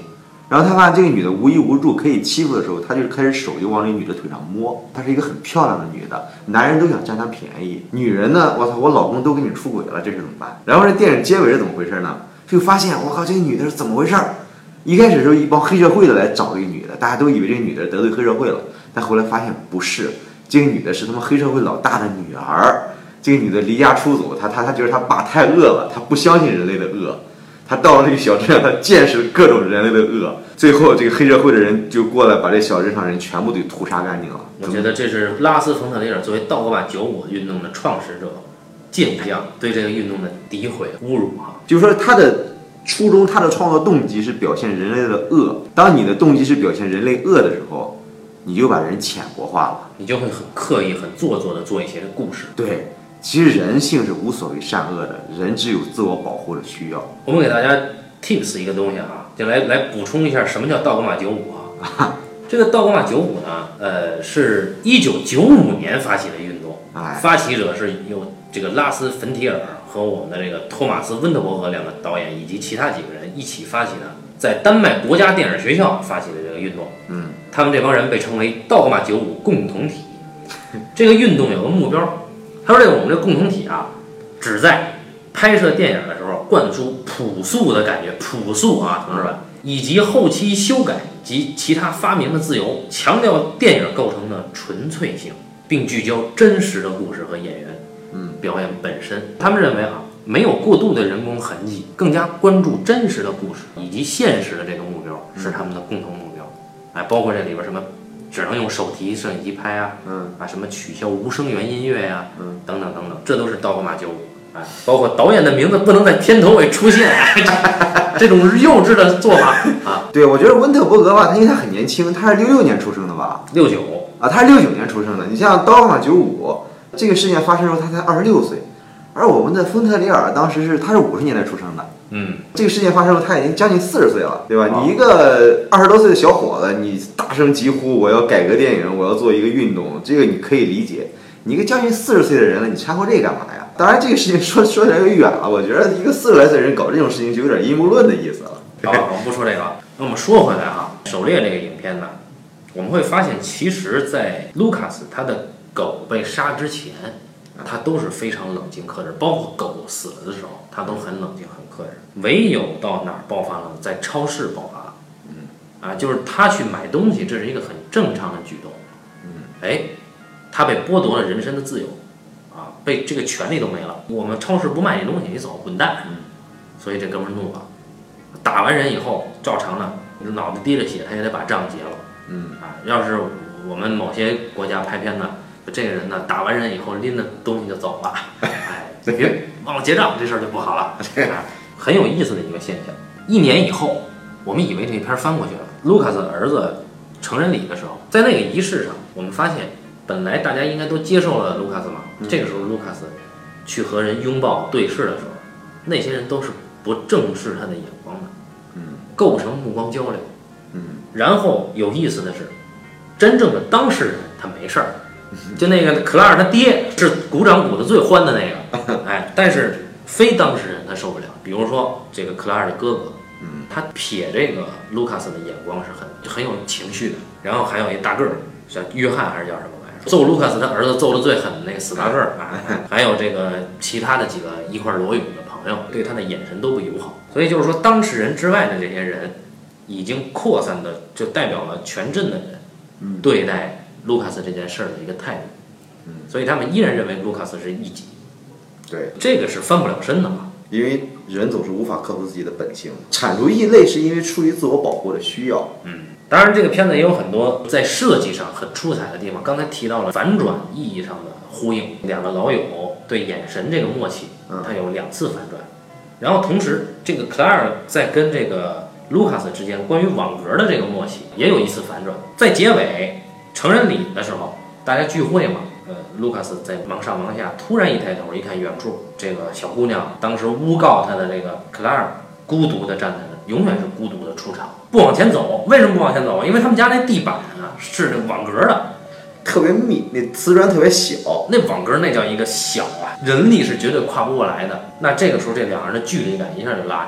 然后他发现这个女的无依无助，可以欺负的时候，他就开始手就往这女的腿上摸。她是一个很漂亮的女的，男人都想占她便宜。女人呢，我操，我老公都给你出轨了，这是怎么办？然后这电影结尾是怎么回事呢？就发现我靠，这个女的是怎么回事？一开始的时候，一帮黑社会的来找这个女的，大家都以为这个女的得罪黑社会了，但后来发现不是，这个女的是他们黑社会老大的女儿。这个女的离家出走，她她她觉得她爸太恶了，她不相信人类的恶。他到了这个小镇上，他见识各种人类的恶，最后这个黑社会的人就过来把这小镇上人全部给屠杀干净了。 我觉得这是拉斯冯特雷尔作为道格玛九五运动的创始者、健将对这个运动的诋毁、侮辱哈。 就是说他的初衷，他的创作动机是表现人类的恶。当你的动机是表现人类恶的时候，你就把人浅薄化了， 你就会很刻意、很做作的做一些故事。 对。其实人性是无所谓善恶的，人只有自我保护的需要。 我们给大家 tips 一个东西啊，就来来补充一下什么叫道格玛九五啊。这个道格玛九五呢，呃，是一九九五年发起的运动，发起者是由这个拉斯冯提尔和我们的这个托马斯温特伯格两个导演以及其他几个人一起发起的，在丹麦国家电影学校发起的这个运动。嗯，他们这帮人被称为道格玛九五共同体。这个运动有个目标。他说：“这个我们这个共同体啊，只在拍摄电影的时候灌输朴素的感觉，朴素啊，同志们，以及后期修改及其他发明的自由，强调电影构成的纯粹性，并聚焦真实的故事和演员，嗯，表演本身。他们认为啊，没有过度的人工痕迹，更加关注真实的故事以及现实的这个目标是他们的共同目标。哎，包括这里边什么。”只能用手提摄影机拍啊，嗯啊，什么取消无声源音乐呀、啊，嗯，等等等等，这都是道格玛九五。哎，包括导演的名字不能在片头尾出现，这种幼稚的做法啊。 对，我觉得温特伯格吧，他因为他很年轻，他是六六年出生的吧？ 六九啊，他是六九年出生的。你像道格玛九五这个事件发生的时候，他才二十六岁，而我们的丰特里尔当时是他是五十年代出生的。嗯，这个事件发生后，他已经将近四十岁了，对吧？哦、你一个二十多岁的小伙子，你大声疾呼我要改革电影，我要做一个运动，这个你可以理解。你一个将近四十岁的人了，你掺和这个干嘛呀？当然，这个事情说说起来有点远了。我觉得一个四十来岁的人搞这种事情，就有点阴谋论的意思了。 好，我们不说这个了。那我们说回来哈，《狩猎》这个影片呢，我们会发现，其实，在卢卡斯他的狗被杀之前，他都是非常冷静克制，包括狗死了的时候，他都很冷静很克制。唯有到哪儿爆发了，在超市爆发了。嗯，啊，就是他去买东西，这是一个很正常的举动。嗯，哎，他被剥夺了人身的自由，啊，被这个权利都没了。我们超市不卖你东西，你走，滚蛋！嗯，所以这哥们儿怒了，打完人以后，照常呢，脑袋滴着血，他也得把账结了。嗯，啊，要是我们某些国家拍片呢。这个人呢，打完人以后拎着东西就走了，哎，别忘了结账，这事儿就不好了。哎，很有意思的一个现象。一年以后，我们以为这片翻过去了。卢卡斯儿子成人礼的时候，在那个仪式上，我们发现，本来大家应该都接受了卢卡斯嘛。嗯、这个时候，卢卡斯去和人拥抱对视的时候，那些人都是不正视他的眼光的，嗯，构成目光交流。嗯，然后有意思的是，真正的当事人他没事儿。就那个克拉尔他爹是鼓掌鼓的最欢的那个，哎，但是非当事人他受不了。比如说这个克拉尔的哥哥，嗯，他瞥这个卢卡斯的眼光是很很有情绪的。然后还有一大个儿，叫约翰还是叫什么玩意儿，揍卢卡斯他儿子揍的最狠的那个死大个儿啊，还有这个其他的几个一块裸泳的朋友，对他的眼神都不友好。所以就是说，当事人之外的这些人，已经扩散的就代表了全镇的人对待卢卡斯这件事儿的一个态度，嗯，所以他们依然认为卢卡斯是异己， 对， 这个是翻不了身的嘛， 因为人总是无法克服自己的本性，铲除异类是因为出于自我保护的需要， 嗯，当然这个片子也有很多在设计上很出彩的地方，刚才提到了反转意义上的呼应，两个老友对眼神这个默契，它有两次反转，然后同时这个克莱尔在跟这个卢卡斯之间关于网格的这个默契也有一次反转，在结尾成人礼的时候，大家聚会嘛，呃，卢卡斯在忙上忙下，突然一抬头一看，远处这个小姑娘当时诬告他的这个克莱尔孤独的站在那，永远是孤独的出场，不往前走。为什么不往前走？因为他们家那地板啊是那网格的， 特别密，那瓷砖特别小， 那网格那叫一个小啊，人力是绝对跨不过来的。那这个时候这两人的距离感一下就拉出来了。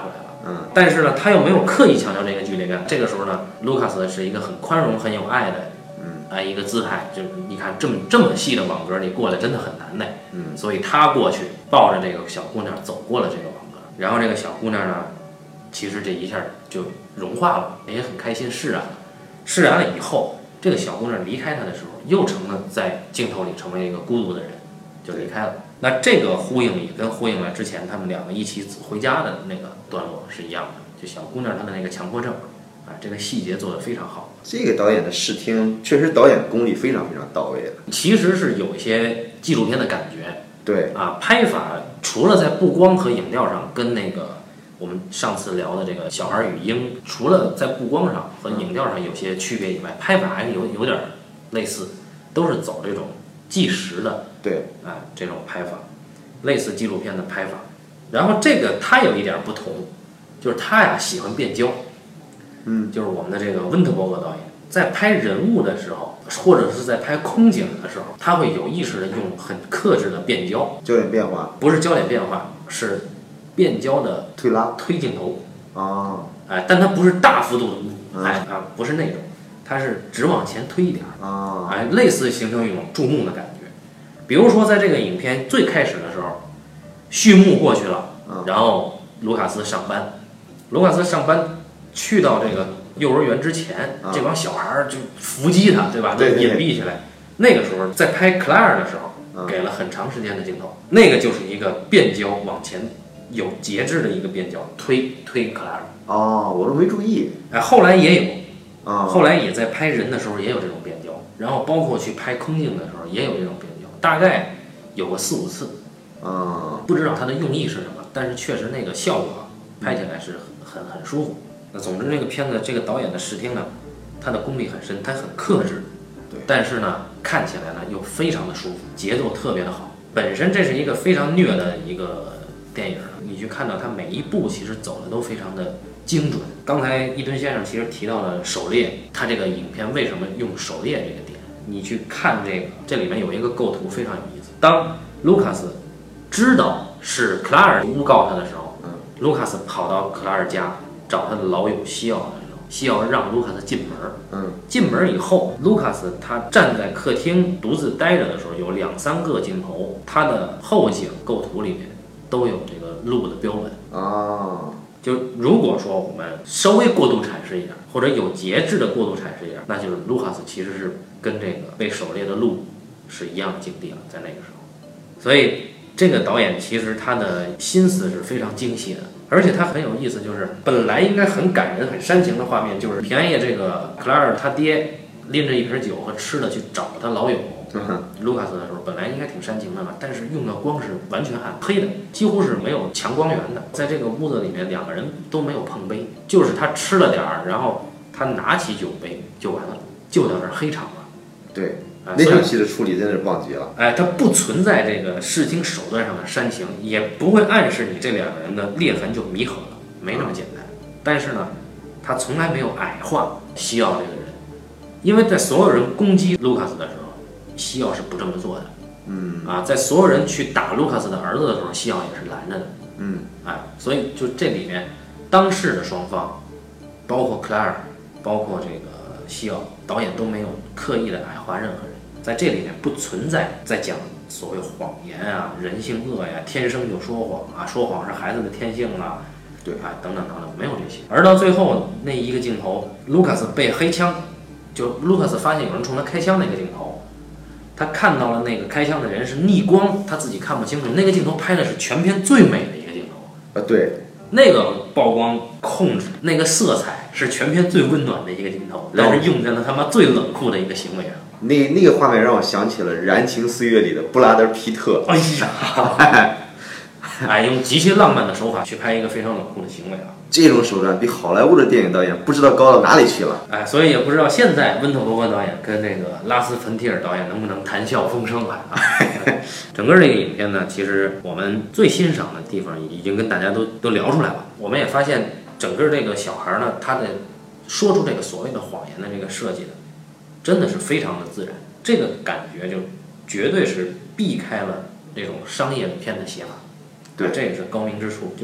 嗯， 但是呢，他又没有刻意强调这个剧烈感。这个时候呢，卢卡斯是一个很宽容、很有爱的， 嗯， 哎，一个姿态。就你看这么这么细的网格，你过来真的很难的。 嗯， 所以他过去抱着这个小姑娘走过了这个网格，然后这个小姑娘呢，其实这一下就融化了，也很开心，释然了。释然了以后，这个小姑娘离开他的时候，又成了在镜头里成为一个孤独的人，就离开了。那这个呼应也跟呼应了之前他们两个一起回家的那个段落是一样的，就小姑娘她的那个强迫症，啊，这个细节做得非常好。 这个导演的视听确实导演功力非常非常到位的， 其实是有一些纪录片的感觉。 对啊，拍法除了在布光和影调上跟那个我们上次聊的这个小孩与鹰，除了在布光上和影调上有些区别以外，拍法还是有有点类似，都是走这种纪实的， 对， 啊，这种拍法，类似纪录片的拍法。然后这个他有一点不同，就是他呀喜欢变焦， 嗯， 就是我们的这个温特伯格导演在拍人物的时候，或者是在拍空景的时候，他会有意识的用很克制的变焦， 焦点变化， 不是焦点变化，是变焦的推拉推镜头， 啊， 哎，但它不是大幅度的， 嗯哎啊，不是那种，它是只往前推一点， 啊， 哎，类似形成一种注目的感觉。比如说，在这个影片最开始的时候，序幕过去了， 嗯然后卢卡斯上班，卢卡斯上班去到这个幼儿园之前， 嗯这帮小孩儿就伏击他，对吧？ 对对对隐蔽起来。那个时候在拍克莱尔的时候， 嗯给了很长时间的镜头，那个就是一个变焦往前有节制的一个变焦，推推克莱尔。 哦，我都没注意哎，后来也有， 啊， 后来也在拍人的时候也有这种变焦，然后包括去拍空镜的时候也有这种变焦，大概有个四五次， 啊， 不知道它的用意是什么，但是确实那个效果拍起来是很很很舒服。那总之这个片子这个导演的视听呢，他的功力很深，他很克制， 对， 但是呢看起来呢又非常的舒服，节奏特别的好。本身这是一个非常虐的一个电影，你去看到它每一步其实走的都非常的精准。刚才一吨先生其实提到了狩猎，他这个影片为什么用狩猎这个点？你去看这个，这里面有一个构图非常有意思。当卢卡斯知道是克拉尔诬告他的时候， 嗯， 卢卡斯跑到克拉尔家找他的老友西奥的时候，西奥让卢卡斯进门。 嗯， 进门以后，卢卡斯他站在客厅独自待着的时候，有两三个镜头，他的后景构图里面都有这个鹿的标本。 啊， 就如果说我们稍微过度阐释一点，或者有节制的过度阐释一点，那就是卢卡斯其实是跟这个被狩猎的鹿是一样的境地了，在那个时候。所以这个导演其实他的心思是非常精细的，而且他很有意思，就是本来应该很感人、很煽情的画面，就是平安夜这个克拉尔他爹拎着一瓶酒和吃的去找他老友卢卡斯的时候，本来应该挺煽情的嘛，但是用的光是完全暗黑的，几乎是没有强光源的。在这个屋子里面，两个人都没有碰杯，就是他吃了点儿，然后他拿起酒杯就完了，就到这儿黑场了。 对， 啊那场戏的处理真的是棒极了。 哎，它不存在这个视听手段上的煽情，也不会暗示你这两个人的裂痕就弥合了，没那么简单。但是呢，他从来没有矮化西奥这个人，因为在所有人攻击卢卡斯的时候，西奥是不这么做的。 嗯， 啊，在所有人去打卢卡斯的儿子的时候，西奥也是拦着的。 嗯， 哎，所以就这里面当事的双方，包括克莱尔，包括这个西奥，导演都没有刻意的矮化任何人，在这里面不存在在讲所谓谎言啊、人性恶呀、天生就说谎啊、说谎是孩子的天性啊， 对， 啊等等等等，没有这些。而到最后那一个镜头，卢卡斯被黑枪，就卢卡斯发现有人冲他开枪那个镜头，他看到了那个开枪的人是逆光，他自己看不清楚。那个镜头拍的是全片最美的一个镜头， 啊，对， 那个曝光控制，那个色彩是全片最温暖的一个镜头，但是用在了他妈最冷酷的一个行为上。 那那个画面让我想起了《燃情岁月》里的布拉德·皮特。 哎呀，哎，用极其浪漫的手法去拍一个非常冷酷的行为啊！ 这种手段比好莱坞的电影导演不知道高到哪里去了。 哎，所以也不知道现在温特伯格导演跟这个拉斯冯提尔导演能不能谈笑风生了啊！整个这个影片呢，其实我们最欣赏的地方已经跟大家都都聊出来了。我们也发现，整个这个小孩呢，他的说出这个所谓的谎言的这个设计的，真的是非常的自然。这个感觉就绝对是避开了这种商业片的写法。 对， 这也是高明之处，就是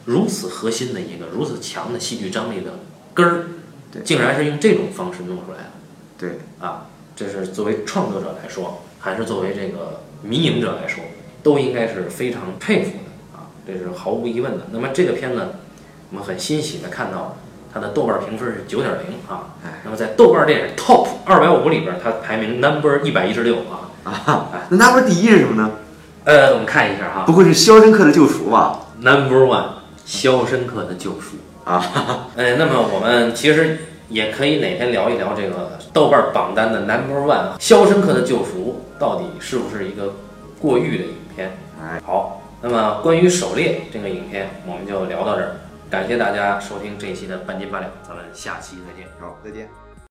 如此核心的一个如此强的戏剧张力的根儿， 对， 竟然是用这种方式弄出来的。 对啊，这是作为创作者来说，还是作为这个迷影者来说，都应该是非常佩服的啊，这是毫无疑问的。那么这个片呢，我们很欣喜的看到它的豆瓣评分是九点零啊，那么在豆瓣电影 Top 二百五里边，它排名 Number 一百一十六啊啊，那 Number 第一是什么呢？ 呃，我们看一下哈， 不会是《肖申克的救赎》吧 ？Number One，《肖申克的救赎》 啊， 呃，那么我们其实也可以哪天聊一聊这个豆瓣榜单的 Number One，《肖申克的救赎》到底是不是一个过誉的影片？ 哎， 好，那么关于《狩猎》这个影片，我们就聊到这儿。感谢大家收听这一期的半斤八两，咱们下期再见。 好，再见。